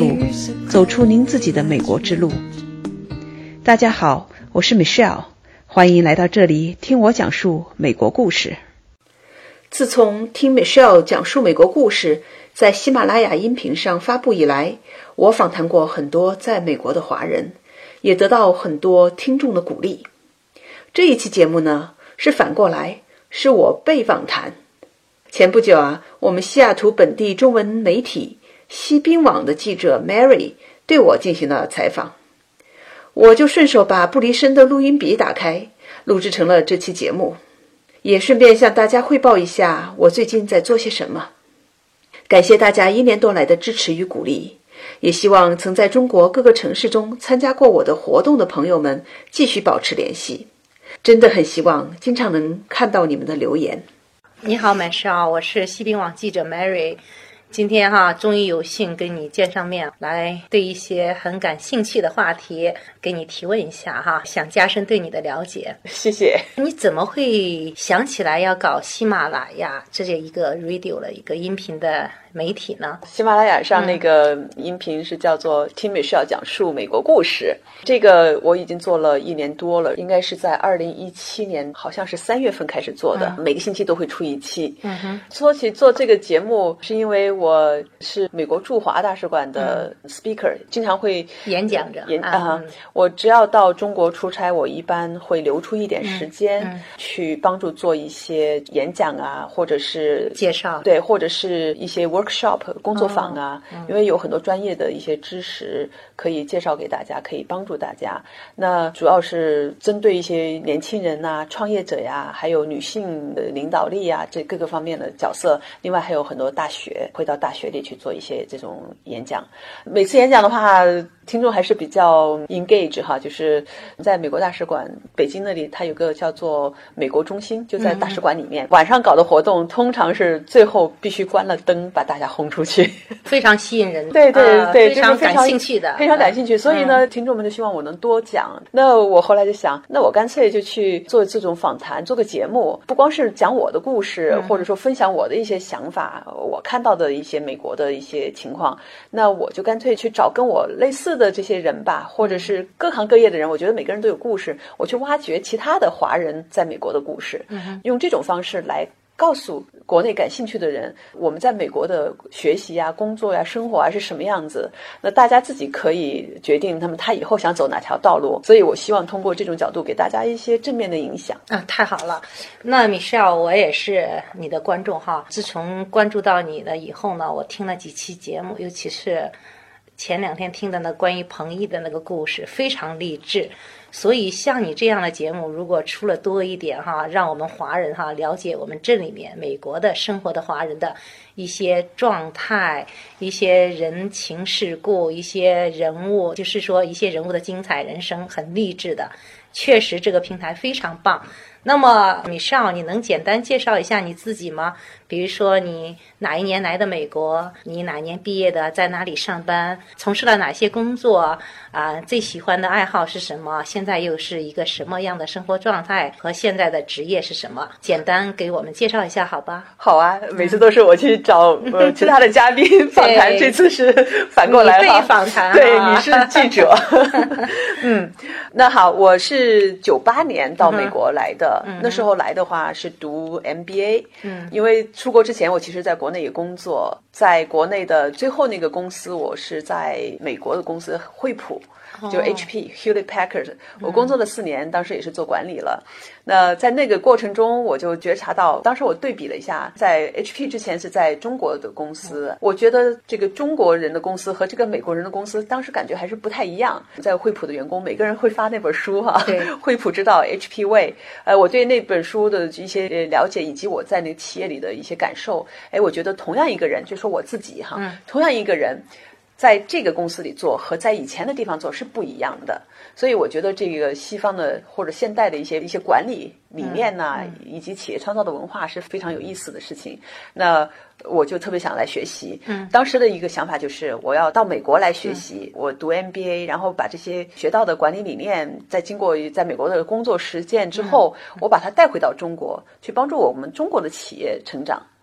路，走出您自己的美国之路。大家好，我是 Michelle， 欢迎来到这里听我讲述美国故事。自从听 Michelle 讲述美国故事在喜马拉雅音频上发布以来，我访谈过很多在美国的华人，也得到很多听众的鼓励。这一期节目呢，是反过来，是我被访谈。前不久我们西雅图本地中文媒体西滨网的记者 Mary 对我进行了采访，我就顺手把不离身的录音笔打开，录制成了这期节目，也顺便向大家汇报一下我最近在做些什么。感谢大家1年多来的支持与鼓励，也希望曾在中国各个城市中参加过我的活动的朋友们继续保持联系，真的很希望经常能看到你们的留言。 你好 Michelle， 我是西滨网记者 Mary， 今天终于有幸跟你见上面，来对一些很感兴趣的话题给你提问一下想加深对你的了解。 谢谢。 你怎么会想起来要搞喜马拉雅这一个 radio 的一个音频的媒体呢？ 喜马拉雅上那个音频是叫做听 Michelle 讲述美国故事，这个我已经做了1年多了，应该是在2017年好像是3月份开始做的，每个星期都会出一期。说起做这个节目，是因为我是美国驻华大使馆的 speaker，经常会演讲者。 我只要到中国出差，我一般会留出一点时间去帮助做一些演讲或者是介绍， 对，或者是一些 workshop 工作坊因为有很多专业的一些知识可以介绍给大家，可以帮助大家。那主要是针对一些年轻人创业者还有女性的领导力这各个方面的角色。另外还有很多大学，会到大学里去做一些这种演讲。每次演讲的话，听众还是比较 engage 就是在美国大使馆北京那里，它有个叫做美国中心，就在大使馆里面。晚上搞的活动通常是最后必须关了灯把大家轰出去， 非常吸引人。 对对对， 非常感兴趣的， 非常感兴趣。所以呢，听众们就希望我能多讲。那我后来就想，那我干脆就去做这种访谈，做个节目，不光是讲我的故事，或者说分享我的一些想法，我看到的一些美国的一些情况，那我就干脆去找跟我类似的这些人吧，或者是各行各业的人，我觉得每个人都有故事，我去挖掘其他的华人在美国的故事，用这种方式来告诉国内感兴趣的人，我们在美国的学习工作生活是什么样子。那大家自己可以决定他以后想走哪条道路。所以我希望通过这种角度给大家一些正面的影响。 太好了。那 Michelle， 我也是你的观众自从关注到你了以后呢，我听了几期节目，尤其是前2天听的那关于彭毅的那个故事，非常励志。所以像你这样的节目如果出了多一点让我们华人了解我们这里面美国的生活的华人的一些状态，一些人情世故，一些人物，就是说一些人物的精彩人生，很励志的，确实这个平台非常棒。那么 Michelle， 你能简单介绍一下你自己吗？比如说你哪一年来的美国，你哪年毕业的，在哪里上班，从事了哪些工作最喜欢的爱好是什么，现在又是一个什么样的生活状态，和现在的职业是什么，简单给我们介绍一下好吧？ 好每次都是我去找其他的嘉宾访谈，这次是反过来了， 你被访谈对，你是记者。那好，我是98年到美国来的，那时候来的话是读 MBA，因为出国之前我其实在国内也工作，在国内的最后那个公司我是在美国的公司惠普，就 HP Hewlett Packard， 我工作了4年，当时也是做管理了。那在那个过程中我就觉察到，当时我对比了一下，在 HP 之前是在中国的公司，我觉得这个中国人的公司和这个美国人的公司当时感觉还是不太一样。在惠普的员工每个人会发那本书惠普之道 HP Way， 我对那本书的一些了解，以及我在那个企业里的一些感受，我觉得同样一个人，就说我自己同样一个人在这个公司里做和在以前的地方做是不一样的。所以我觉得这个西方的或者现代的一些管理理念以及企业创造的文化是非常有意思的事情。那我就特别想来学习。当时的一个想法就是我要到美国来学习，我读 MBA， 然后把这些学到的管理理念，在经过在美国的工作实践之后，我把它带回到中国，去帮助我们中国的企业成长。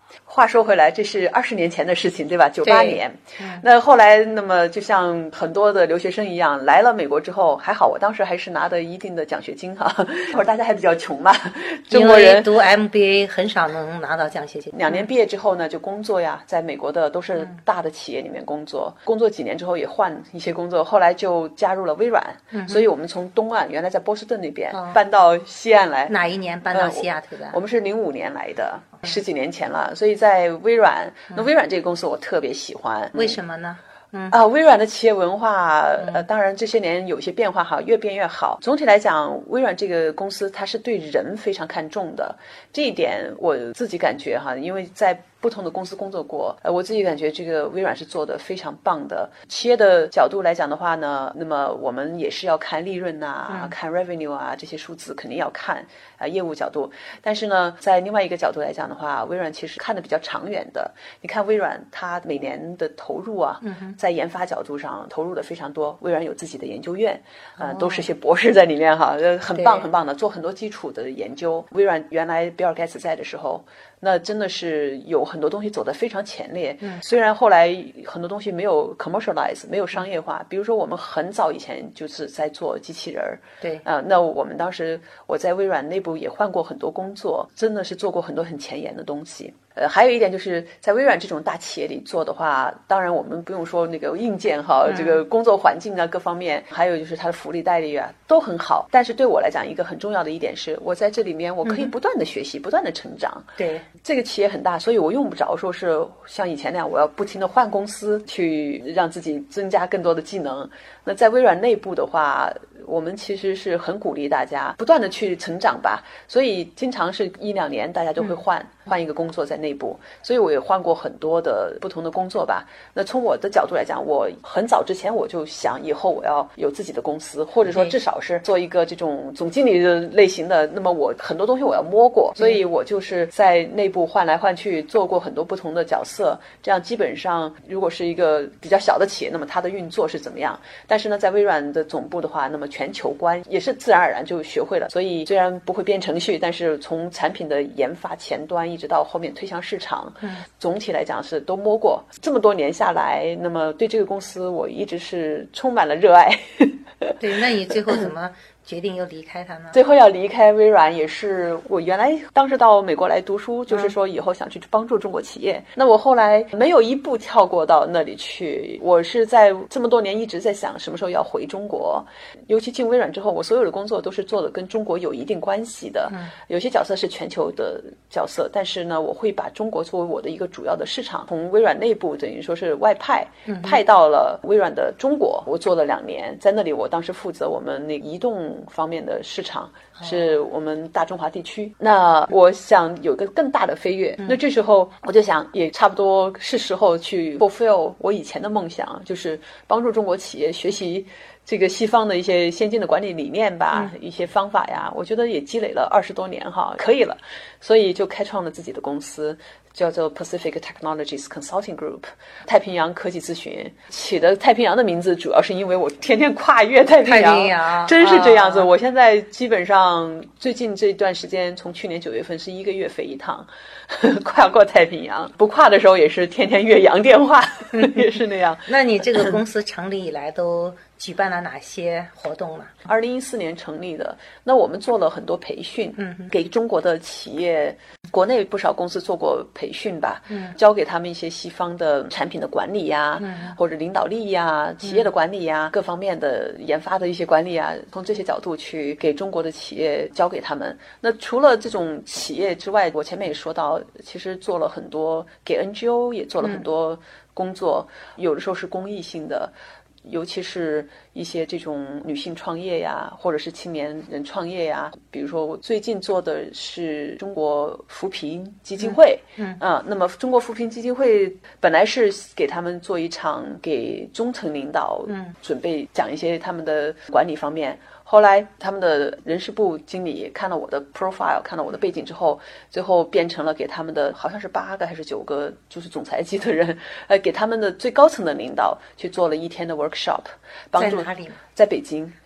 话说回来，这是20年前的事情，对吧？98年，那后来，那么就像很多的留学生一样，来了美国之后，还好我当时还是拿的一定的奖学金哈。那会儿大家还比较穷嘛，中国人因为读 MBA 很少能拿到奖学金。 2年毕业之后呢，就工作呀，在美国的都是大的企业里面工作，工作几年之后也换一些工作，后来就加入了微软。所以我们从东岸原来在波士顿那边搬到西岸来。 哪一年搬到西雅图的？ 我们是05年来的，10几年前了。所以在微软，那微软这个公司我特别喜欢。 为什么呢？ 微软的企业文化，当然这些年有些变化哈，越变越好。总体来讲，微软这个公司它是对人非常看重的，这一点我自己感觉哈，因为在不同的公司工作过，我自己感觉这个微软是做得非常棒的。企业的角度来讲的话呢，那么我们也是要看利润啊，看 revenue 啊，这些数字肯定要看业务角度。但是呢，在另外一个角度来讲的话，微软其实看得比较长远的。你看微软它每年的投入啊，在研发角度上投入的非常多。微软有自己的研究院，都是些博士在里面哈，很棒很棒的，做很多基础的研究。微软原来比尔盖茨在的时候，那真的是有很多东西走得非常前列。虽然后来很多东西没有 commercialize， 没有商业化，比如说我们很早以前就是在做机器人儿。 对， 那我们当时我在微软内部也换过很多工作，真的是做过很多很前沿的东西。还有一点就是在微软这种大企业里做的话，当然我们不用说那个硬件哈，这个工作环境啊各方面，还有就是它的福利待遇啊都很好。但是对我来讲，一个很重要的一点是，我在这里面我可以不断的学习，不断的成长。 对， 这个企业很大，所以我用不着说是像以前那样，我要不停的换公司去让自己增加更多的技能。那在微软内部的话，我们其实是很鼓励大家不断的去成长吧，所以经常是1-2年大家就会换一个工作在内部，所以我也换过很多的不同的工作吧。那从我的角度来讲，我很早之前我就想以后我要有自己的公司，或者说至少是做一个这种总经理的类型的。那么我很多东西我要摸过，所以我就是在内部换来换去，做过很多不同的角色。这样基本上如果是一个比较小的企业，那么它的运作是怎么样？但是呢，在微软的总部的话，那么全球观也是自然而然就学会了。所以虽然不会编程序，但是从产品的研发前端一直到后面推向市场，总体来讲是都摸过。这么多年下来，那么对这个公司我一直是充满了热爱。 对，那你最后怎么决定又离开它呢？ 最后要离开微软也是我原来当时到美国来读书，就是说以后想去帮助中国企业。那我后来没有一步跳过到那里去，我是在这么多年一直在想什么时候要回中国。尤其进微软之后，我所有的工作都是做的跟中国有一定关系的，有些角色是全球的角色，但是呢，我会把中国作为我的一个主要的市场，从微软内部等于说是外派，派到了微软的中国。我做了2年，在那里我当时负责我们那移动方面的市场，是我们大中华地区。那我想有个更大的飞跃，那这时候我就想也差不多是时候去 fulfill 我以前的梦想，就是帮助中国企业学习这个西方的一些先进的管理理念吧，一些方法呀，我觉得也积累了20多年哈，可以了，所以就开创了自己的公司，叫做 Pacific Technologies Consulting Group， 太平洋科技咨询。起的太平洋的名字主要是因为我天天跨越太平洋，真是这样子。我现在基本上最近这段时间，从去年9月份是1个月飞一趟，跨过太平洋。不跨的时候也是天天越洋电话，也是那样。 那你这个公司成立以来都举办了哪些活动呢 ？2014年成立的，那我们做了很多培训，给中国的企业，国内不少公司做过培训吧，教给他们一些西方的产品的管理呀，或者领导力呀，企业的管理呀，各方面的研发的一些管理啊，从这些角度去给中国的企业教给他们。那除了这种企业之外，我前面也说到，其实做了很多给 NGO 也做了很多工作，有的时候是公益性的。尤其是一些这种女性创业呀，或者是青年人创业呀，比如说我最近做的是中国扶贫基金会，那么中国扶贫基金会本来是给他们做一场给中层领导，准备讲一些他们的管理方面。后来他们的人事部经理看了我的 profile， 看了我的背景之后，最后变成了给他们的好像是8个还是9个就是总裁级的人，给他们的最高层的领导去做了1天的 workshop， 帮助在哪里？ 在北京。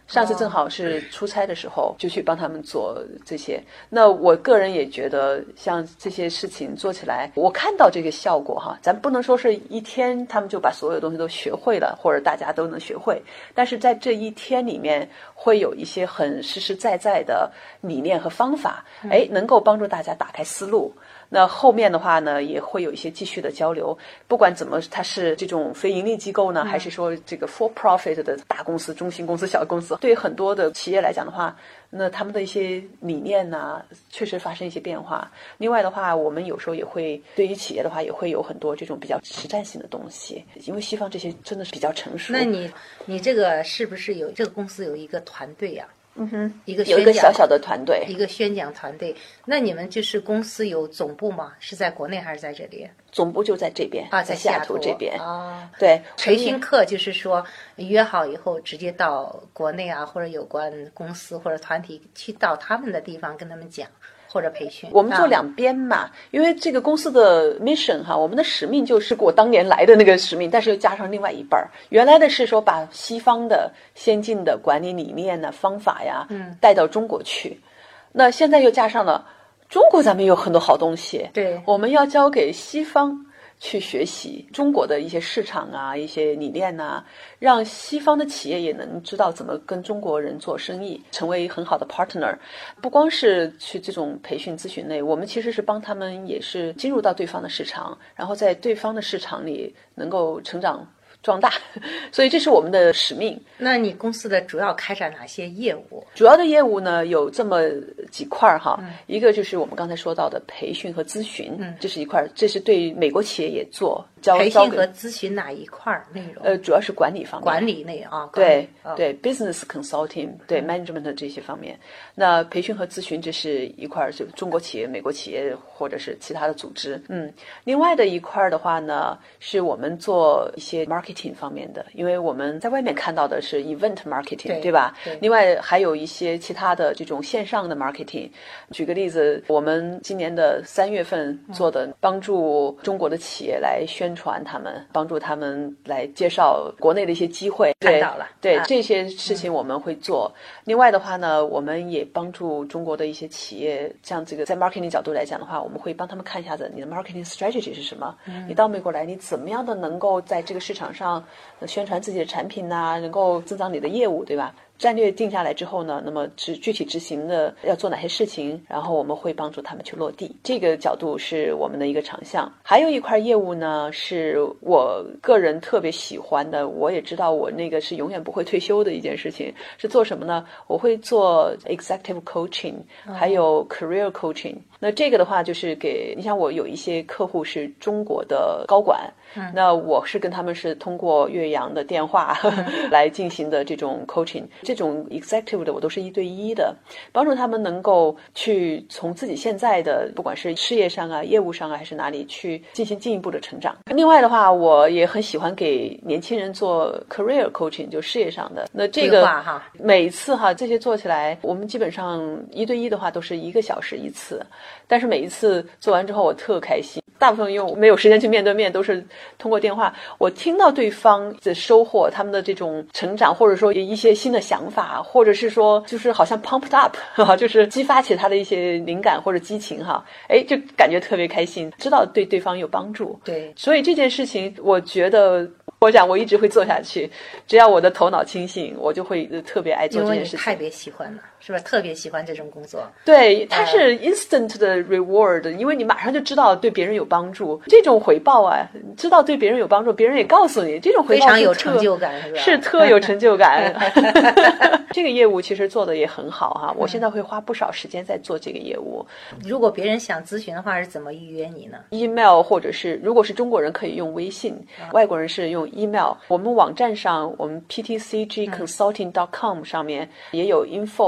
上次正好是出差的时候，就去帮他们做这些。那我个人也觉得，像这些事情做起来，我看到这个效果哈，咱不能说是一天他们就把所有东西都学会了，或者大家都能学会，但是在这一天里面会有一些很实实在在的理念和方法，能够帮助大家打开思路。那后面的话呢，也会有一些继续的交流，不管怎么它是这种非盈利机构呢，还是说这个 for profit 的大公司、中型公司、小公司，对很多的企业来讲的话，那他们的一些理念呢，确实发生一些变化。另外的话，我们有时候也会对于企业的话，也会有很多这种比较实战性的东西，因为西方这些真的是比较成熟。 那你这个是不是有这个公司有一个团队呀？ 有一个小小的团队， 一个宣讲团队。那你们就是公司有总部吗？是在国内还是在这里？ 总部就在这边在西雅图这边啊。 对， 培训课就是说约好以后直接到国内啊，或者有关公司或者团体去到他们的地方跟他们讲。或者培训， 我们做两边嘛，因为这个公司的 mission 哈，我们的使命就是我当年来的那个使命，但是又加上另外一半儿。原来的是说把西方的先进的管理理念呢、方法呀，带到中国去。那现在又加上了中国，咱们有很多好东西， 对， 我们要交给西方去学习中国的一些市场啊、一些理念啊，让西方的企业也能知道怎么跟中国人做生意，成为很好的 partner。不光是去这种培训咨询类，我们其实是帮他们也是进入到对方的市场，然后在对方的市场里能够成长壮大，所以这是我们的使命。 那你公司的主要开展哪些业务？ 主要的业务呢有这么几块哈，一个就是我们刚才说到的培训和咨询，这是一块，这是对美国企业也做。 培训和咨询哪一块内容？ 主要是管理方面。 管理内啊， 对、对 ，business consulting， 对 management 这些方面。那培训和咨询这是一块，就中国企业、美国企业或者是其他的组织。另外的一块的话呢，是我们做一些 marketing 方面的，因为我们在外面看到的是 event marketing， 对吧？ 对。 另外还有一些其他的这种线上的 marketing。举个例子，我们今年的3月份做的，帮助中国的企业来宣传他们，帮助他们来介绍国内的一些机会。 看到了， 对、这些事情我们会做。另外的话呢，我们也帮助中国的一些企业，像这个在 marketing 角度来讲的话，我们会帮他们看一下子你的 marketing strategy 是什么。你到美国来，你怎么样的能够在这个市场上宣传自己的产品呐，能够增长你的业务，对吧？战略定下来之后呢，那么具体执行的要做哪些事情，然后我们会帮助他们去落地。这个角度是我们的一个长项。还有一块业务呢，是我个人特别喜欢的，我也知道我那个是永远不会退休的一件事情，是做什么呢？我会做 executive coaching， 还有 career coaching。那这个的话就是给你像我有一些客户是中国的高管，那我是跟他们是通过岳阳的电话来进行的这种 coaching。这种 executive 的我都是1对1的，帮助他们能够去从自己现在的不管是事业上啊、业务上啊，还是哪里去进行进一步的成长。另外的话，我也很喜欢给年轻人做 career coaching， 就事业上的。那这个每一次这些做起来，我们基本上1对1的话都是1个小时一次，但是每一次做完之后我特开心。大部分因为我没有时间去面对面，都是通过电话。我听到对方的收获，他们的这种成长，或者说一些新的想法，或者是说就是好像 pumped up， 就是激发起他的一些灵感或者激情就感觉特别开心，知道对对方有帮助。 对， 所以这件事情我觉得我想我一直会做下去，只要我的头脑清醒，我就会特别爱做这件事情。 因为你特别喜欢了，是吧？特别喜欢这种工作。 对，它是 instant 的 reward，因为你马上就知道对别人有帮助，这种回报知道对别人有帮助，别人也告诉你，这种回报非常有成就感，是吧？ 是特有成就感。这个业务其实做的也很好我现在会花不少时间在做这个业务。 如果别人想咨询的话，是怎么预约你呢？ email 或者是如果是中国人可以用微信，外国人是用 email。我们网站上，我们 ptcgconsulting.com 上面也有 info，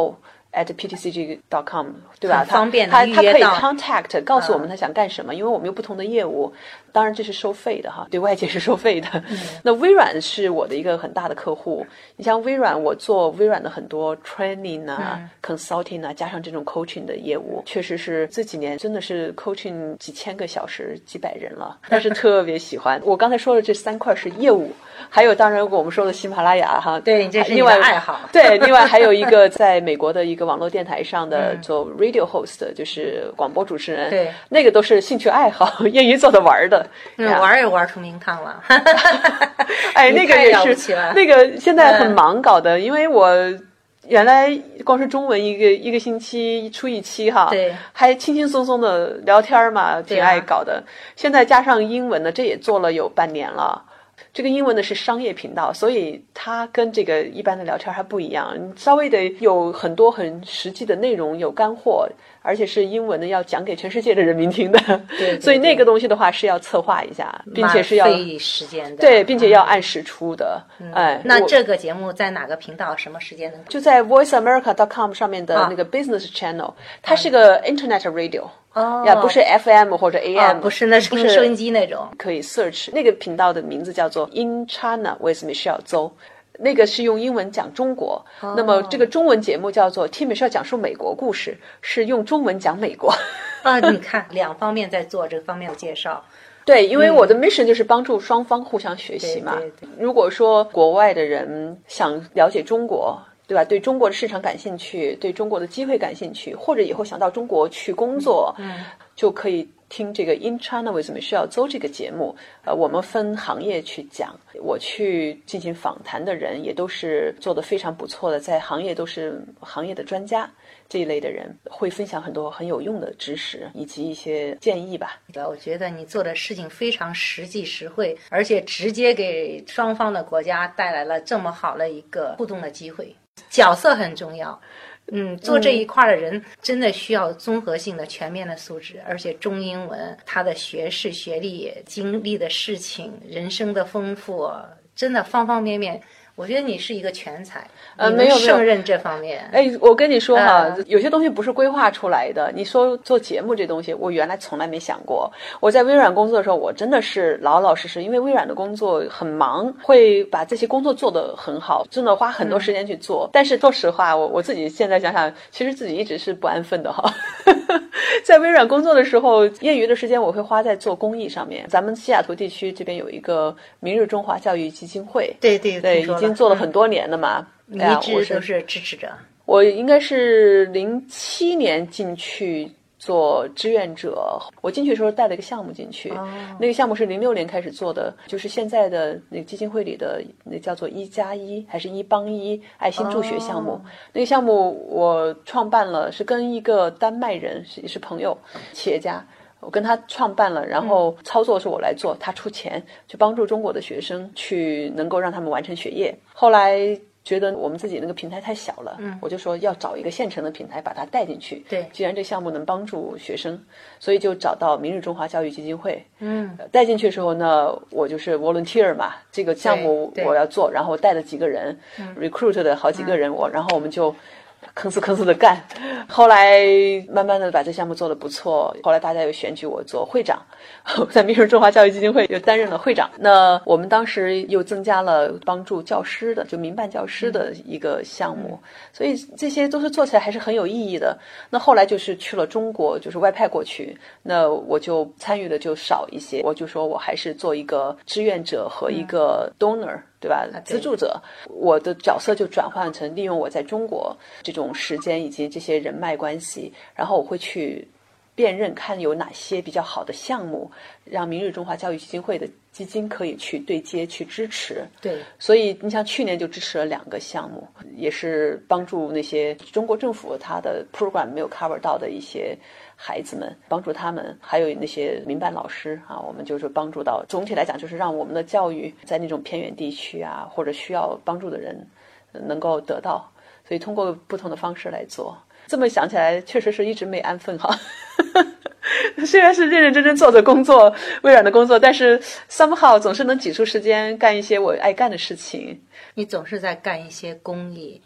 @ptcg.com 对吧？ 很方便的他可以预约到 contact 告诉我们他想干什么，因为我们有不同的业务，当然这是收费的哈，对外界是收费的。那微软是我的一个很大的客户，你像微软，我做微软的很多 training 啊、consulting 啊，加上这种 coaching 的业务，确实是这几年真的是 coaching 几千个小时、几百人了，但是特别喜欢。我刚才说的这3块是业务，还有当然我们说的喜马拉雅哈， 对，这是你另外的爱好。 对，另外还有一个在美国的一个网络电台上的做 radio host，就是广播主持人， 对， 那个都是兴趣爱好，业余做的玩的， 玩也玩出名堂了。 哎，那个也是，那个现在很忙搞的，因为我原来光是中文一个星期出一期哈， 对， 还轻轻松松的聊天嘛，挺爱搞的。现在加上英文呢，这也做了有半年了。这个英文的是商业频道，所以它跟这个一般的聊天还不一样，你稍微得有很多很实际的内容，有干货，而且是英文的，要讲给全世界的人民听的。 对， 所以那个东西的话是要策划一下，并且是要费时间的。 对，并且要按时出的。哎， 那这个节目在哪个频道？什么时间能？ 就在 voiceamerica.com 上面的那个 business channel，它是个 internet radio。呀，不是 FM 或者 AM， 不是那是收音机那种。 可以 search 那个频道的名字叫做 In China with Michelle 邹，那个是用英文讲中国。那么这个中文节目叫做听 Michelle 讲述美国故事，是用中文讲美国。 你看2方面在做这方面的介绍。 对，因为我的 mission 就是帮助双方互相学习嘛。 对。 如果说国外的人想了解中国，对吧？对中国的市场感兴趣，对中国的机会感兴趣，或者以后想到中国去工作，就可以听这个 In China with Michelle 邹这个节目。我们分行业去讲，我去进行访谈的人也都是做得非常不错的，在行业都是行业的专家。这一类的人会分享很多很有用的知识以及一些建议吧。 我觉得你做的事情非常实际实惠，而且直接给双方的国家带来了这么好的一个互动的机会。角色很重要，做这一块的人真的需要综合性的全面的素质，而且中英文，他的学识、学历、经历的事情、人生的丰富，真的方方面面。我觉得你是一个全才， 没有胜任这方面。 哎，我跟你说哈，有些东西不是规划出来的。你说做节目这东西，我原来从来没想过。我在微软工作的时候，我真的是老老实实，因为微软的工作很忙，会把这些工作做得很好，真的花很多时间去做。但是说实话，我自己现在想想，其实自己一直是不安分的哈。在微软工作的时候，业余的时间我会花在做公益上面。咱们西雅图地区这边有一个明日中华教育基金会， 对， 已经做了很多年了嘛。 你一直都是支持者。 我应该是07年进去做志愿者，我进去的时候带了一个项目进去，那个项目是06年开始做的，就是现在的那个基金会里的那叫做1+1还是1帮1爱心助学项目。那个项目我创办了，是跟一个丹麦人也是朋友企业家，我跟他创办了，然后操作是我来做，他出钱去帮助中国的学生去能够让他们完成学业。后来觉得我们自己那个平台太小了，我就说要找一个现成的平台把它带进去。 对， 既然这项目能帮助学生，所以就找到明日中华教育基金会。带进去的时候呢，我就是 volunteer 嘛，这个项目我要做，然后我带了几个人，recruit 的好几个人，然后我们就吭哧的干。后来慢慢的把这项目做得不错，后来大家又选举我做会长，在明日中华教育基金会又担任了会长。那我们当时又增加了帮助教师的，就民办教师的一个项目，所以这些都是做起来还是很有意义的。那后来就是去了中国，就是外派过去，那我就参与的就少一些，我就说我还是做一个志愿者和一个 donor，对吧？资助者，我的角色就转换成利用我在中国这种时间以及这些人脉关系，然后我会去辨认看有哪些比较好的项目，让明日中华教育基金会的基金可以去对接去支持。 对， 所以你像去年就支持了2个项目，也是帮助那些中国政府它的 program 没有 cover 到的一些孩子们，帮助他们，还有那些民办老师啊，我们就是帮助到，总体来讲就是让我们的教育在那种偏远地区啊，或者需要帮助的人能够得到，所以通过不同的方式来做。这么想起来，确实是一直没安分哈。虽然是认认真真做着工作，微软的工作，但是 somehow 总是能挤出时间干一些我爱干的事情。 你总是在干一些公益，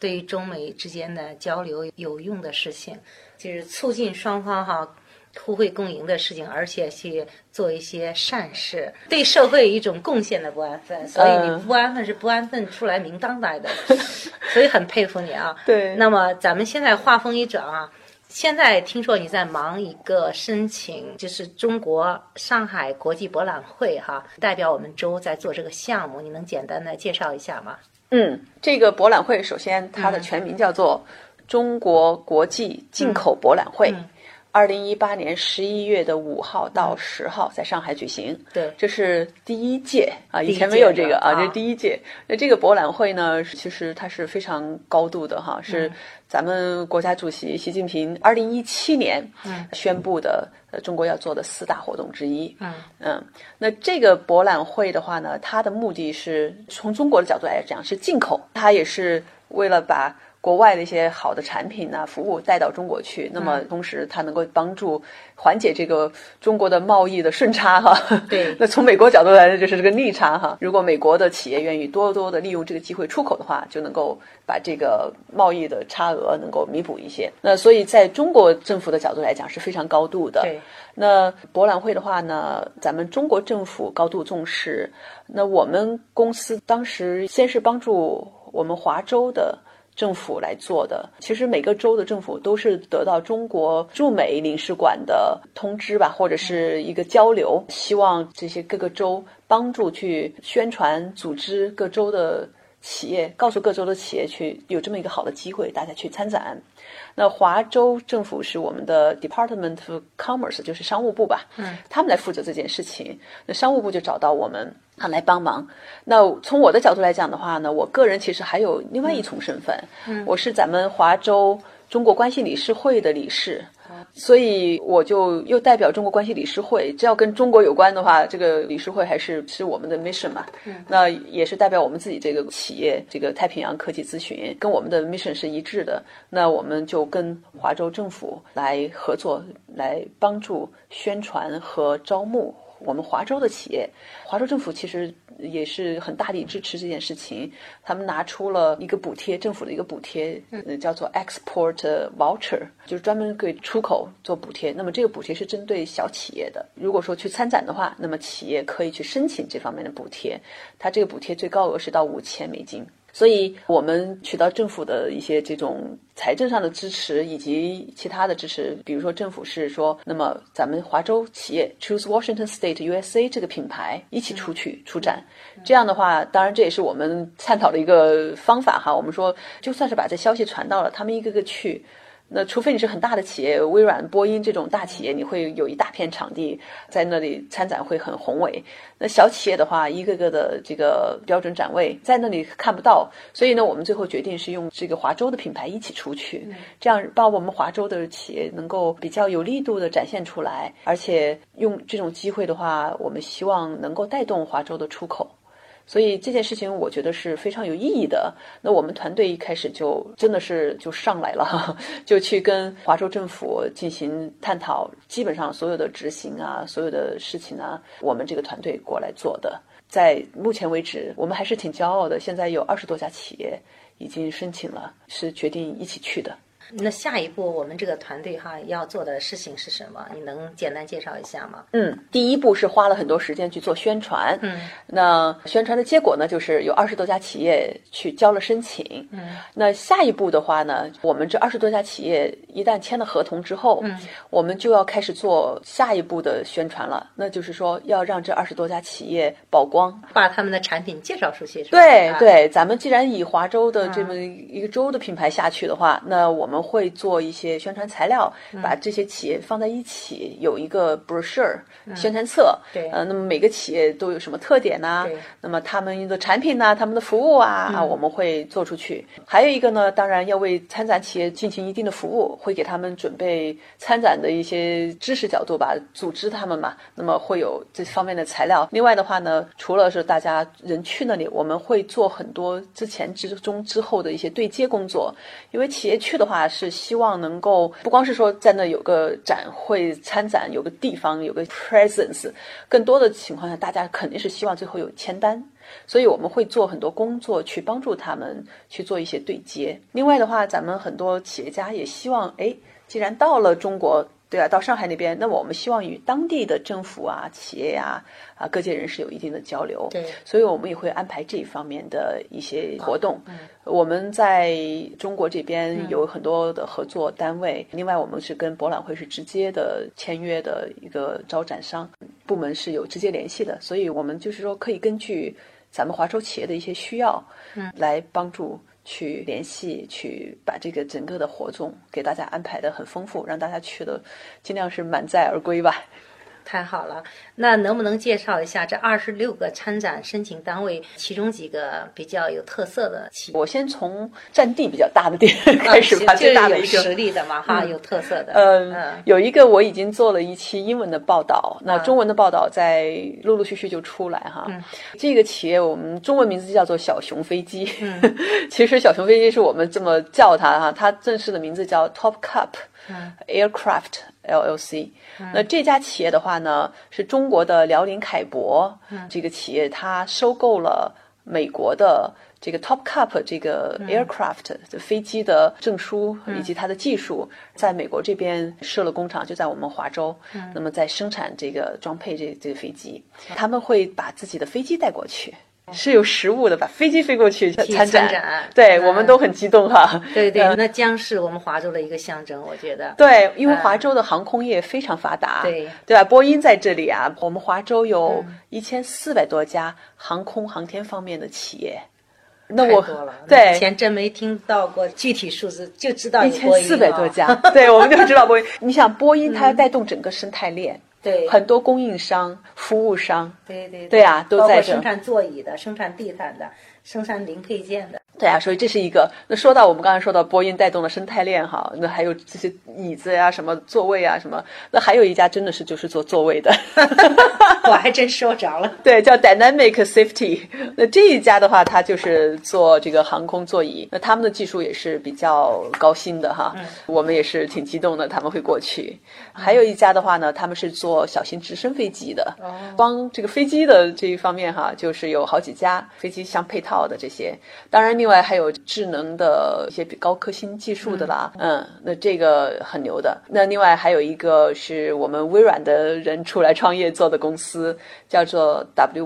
对于中美之间的交流有用的事情，就是促进双方互惠共赢的事情，而且去做一些善事，对社会一种贡献的不安分。所以你不安分是不安分出来名当来的，所以很佩服你啊。 对。 那么咱们现在话锋一转啊，现在听说你在忙一个申请，就是中国上海国际博览会代表我们州在做这个项目，你能简单的介绍一下吗？ 这个博览会首先它的全名叫做中国国际进口博览会。2018年11月的5号到10号在上海举行。 对， 这是第一届啊，以前没有这个啊，这是第一届。那这个博览会呢，其实它是非常高度的是咱们国家主席习近平2017年宣布的中国要做的4大活动之一。那这个博览会的话呢，它的目的是从中国的角度来讲是进口，它也是为了把国外的一些好的产品服务带到中国去，那么同时它能够帮助缓解这个中国的贸易的顺差对， 那从美国角度来说就是这个逆差如果美国的企业愿意多多的利用这个机会出口的话，就能够把这个贸易的差额能够弥补一些。那所以在中国政府的角度来讲是非常高度的。 对。 那博览会的话呢，咱们中国政府高度重视。那我们公司当时先是帮助我们华州的政府来做的，其实每个州的政府都是得到中国驻美领事馆的通知吧，或者是一个交流，希望这些各个州帮助去宣传组织各州的企业，告诉各州的企业去有这么一个好的机会大家去参展。那华州政府是我们的 Department of Commerce， 就是商务部吧，他们来负责这件事情。那商务部就找到我们来帮忙。那从我的角度来讲的话呢，我个人其实还有另外一重身份，我是咱们华州中国关系理事会的理事。所以我就又代表中国关系理事会，只要跟中国有关的话，这个理事会还是我们的 mission 嘛。那也是代表我们自己这个企业，这个太平洋科技咨询跟我们的 mission 是一致的。那我们就跟华州政府来合作，来帮助宣传和招募我们华州的企业。华州政府其实也是很大力支持这件事情，他们拿出了一个补贴，政府的一个补贴，叫做 export voucher， 就是专门给出口做补贴。那么这个补贴是针对小企业的，如果说去参展的话，那么企业可以去申请这方面的补贴，它这个补贴最高额是到$5000。所以我们取到政府的一些这种财政上的支持以及其他的支持，比如说政府是说，那么咱们华州企业 Choose Washington State USA 这个品牌一起出去出展，这样的话，当然这也是我们探讨的一个方法我们说就算是把这消息传到了，他们一个个去，那除非你是很大的企业，微软、波音这种大企业，你会有一大片场地在那里参展，会很宏伟。那小企业的话，一个个的这个标准展位在那里看不到，所以呢，我们最后决定是用这个华州的品牌一起出去，这样把我们华州的企业能够比较有力度的展现出来，而且用这种机会的话，我们希望能够带动华州的出口。所以这件事情我觉得是非常有意义的。那我们团队一开始就真的是就上来了，就去跟华州政府进行探讨，基本上所有的执行所有的事情我们这个团队过来做的。在目前为止，我们还是挺骄傲的，现在有20多家企业已经申请了，是决定一起去的。 那下一步我们这个团队要做的事情是什么？你能简单介绍一下吗？ 第一步是花了很多时间去做宣传。那宣传的结果呢，就是有20多家企业去交了申请。那下一步的话呢，我们这20多家企业一旦签了合同之后，我们就要开始做下一步的宣传了。那就是说，要让这20多家企业曝光， 把他们的产品介绍出去。 对，咱们既然以华州的这么一个州的品牌下去的话，那我们会做一些宣传材料，把这些企业放在一起，有一个 brochure 宣传册。那么每个企业都有什么特点那么他们的产品他们的服务我们会做出去。还有一个呢，当然要为参展企业进行一定的服务，会给他们准备参展的一些知识角度吧，组织他们嘛，那么会有这方面的材料。另外的话呢，除了是大家人去那里，我们会做很多之前之中之后的一些对接工作，因为企业去的话是希望能够不光是说在那有个展会参展，有个地方有个 presence， 更多的情况下大家肯定是希望最后有签单。 所以我们会做很多工作去帮助他们去做一些对接。另外的话，咱们很多企业家也希望，既然到了中国，对啊，到上海那边，那么我们希望与当地的政府啊、企业呀、各界人士有一定的交流。 对， 所以我们也会安排这一方面的一些活动。我们在中国这边有很多的合作单位，另外我们是跟博览会是直接的签约的一个招展商部门是有直接联系的，所以我们就是说可以根据咱们华州企业的一些需要，来帮助去联系，去把这个整个的活动给大家安排的很丰富，让大家去的尽量是满载而归吧。 太好了，那能不能介绍一下这26个参展申请单位其中几个比较有特色的企业？ 我先从占地比较大的店开始吧，最大的一个有实力的嘛，有特色的。 有一个我已经做了一期英文的报道，那中文的报道在陆陆续续就出来哈。这个企业我们中文名字叫做小熊飞机，其实小熊飞机是我们这么叫它哈，它正式的名字叫 Top Cup Aircraft LLC。那这家企业的话呢，是中国的辽宁凯博这个企业，它收购了美国的这个 Top Cup 这个 aircraft 飞机的证书以及它的技术，在美国这边设了工厂，就在我们华州。那么在生产这个装配这个飞机，他们会把自己的飞机带过去。是有实物的，把飞机飞过去参展，对，我们都很激动哈。 对对，那将是我们华州的一个象征，我觉得。 对，因为华州的航空业非常发达，对吧？波音在这里啊，我们华州有1400多家航空航天方面的企业。那我太多了， 对， 以前真没听到过具体数字，就知道有波音 1400多家，对，我们就知道波音。你想，波音它要带动整个生态链。 对， 很多供应商、服务商， 对啊，都在这生产座椅的、生产地毯的、生产零配件的。 对啊，所以这是一个。那说到我们刚才说到波音带动了生态链哈，那还有这些椅子呀、什么座位啊、什么，那还有一家真的是就是做座位的， 我还真说着了。 对，叫 Dynamic Safety。那这一家的话，它就是做这个航空座椅，那他们的技术也是比较高新的哈，我们也是挺激动的，他们会过去。还有一家的话呢，他们是做小型直升飞机的，光这个飞机的这一方面哈，就是有好几家飞机相配套的这些，当然另外还有智能的一些高科新技术的啦，那这个很牛的。那另外还有一个是我们微软的人出来创业做的公司，叫做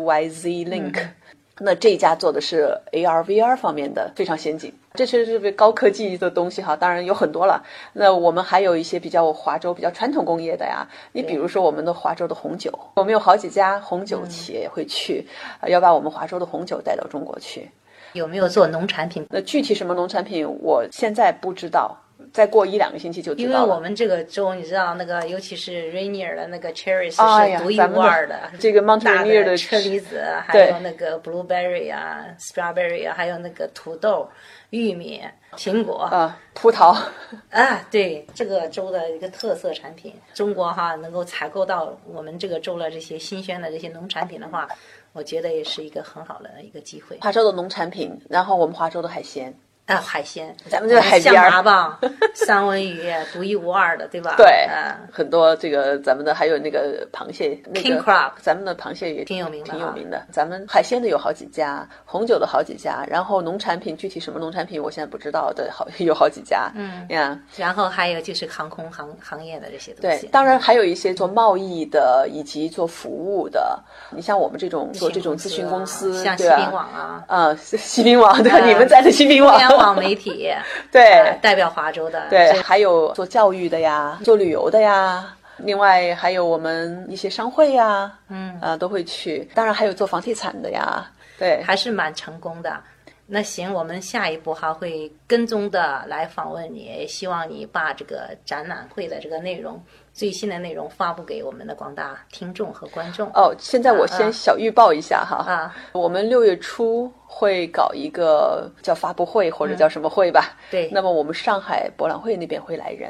WYZ Link。那这一家做的是 AR/VR 方面的，非常先进，这是高科技的东西哈。当然有很多了，那我们还有一些比较华州比较传统工业的呀，你比如说我们的华州的红酒，我们有好几家红酒企业会去，要把我们华州的红酒带到中国去。 有没有做农产品？ 那具体什么农产品我现在不知道，再过1-2个星期就知道了。 因为我们这个州，你知道那个，尤其是 Rainier 的那个 cherries 是独一无二的。 这个 Mount Rainier 的车厘子，还有那个 blueberry 啊、strawberry 啊，还有那个土豆、玉米、苹果葡萄对，这个州的一个特色产品。中国哈能够采购到我们这个州的这些新鲜的这些农产品的话，我觉得也是一个很好的一个机会。 华州的农产品，然后我们华州的海鲜。 海鲜， 咱们这海边象拔蚌、三文鱼，独一无二的，对吧？ 对，很多这个咱们的还有那个螃蟹，那个 King Crab， 咱们的螃蟹也挺有名的， 咱们海鲜的有好几家，红酒的好几家，然后农产品具体什么农产品我现在不知道的，有好几家， 然后还有就是航空行业的这些东西。 对，当然还有一些做贸易的以及做服务的，你像我们这种做这种咨询公司， 像西宾网西宾网，对，你们在的西宾网。 网媒体对， 代表华州的， 对，还有做教育的呀，做旅游的呀，另外还有我们一些商会呀，都会去。当然还有做房地产的呀，对， 还是蛮成功的。那行，我们下一步还会跟踪的来访问你，也希望你把这个展览会的这个内容、最新的内容发布给我们的广大听众和观众。 现在我先小预报一下哈，我们6月初会搞一个叫发布会或者叫什么会吧？ 对。 那么我们上海博览会那边会来人。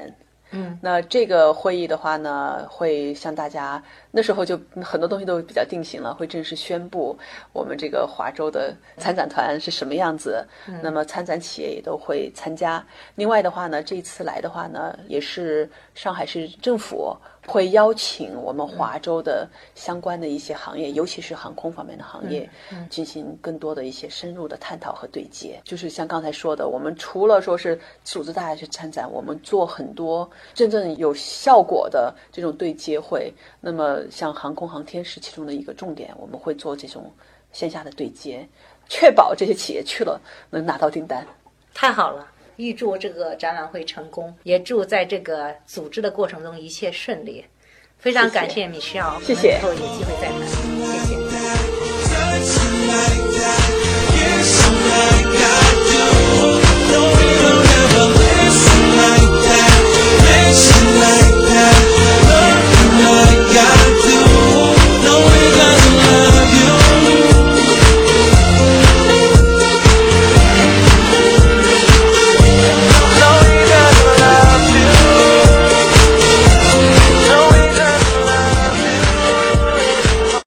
那这个会议的话呢，会向大家那时候就很多东西都比较定型了，会正式宣布我们这个华州的参展团是什么样子。那么参展企业也都会参加。另外的话呢，这次来的话呢，也是上海市政府会邀请我们华州的相关的一些行业，尤其是航空方面的行业，进行更多的一些深入的探讨和对接。就是像刚才说的，我们除了说是组织大家去参展，我们做很多真正有效果的这种对接会。那么像航空航天是其中的一个重点，我们会做这种线下的对接，确保这些企业去了能拿到订单。 太好了，预祝这个展览会成功，也祝在这个组织的过程中一切顺利。非常感谢Michelle， 谢谢， 以后有机会再谈，谢谢。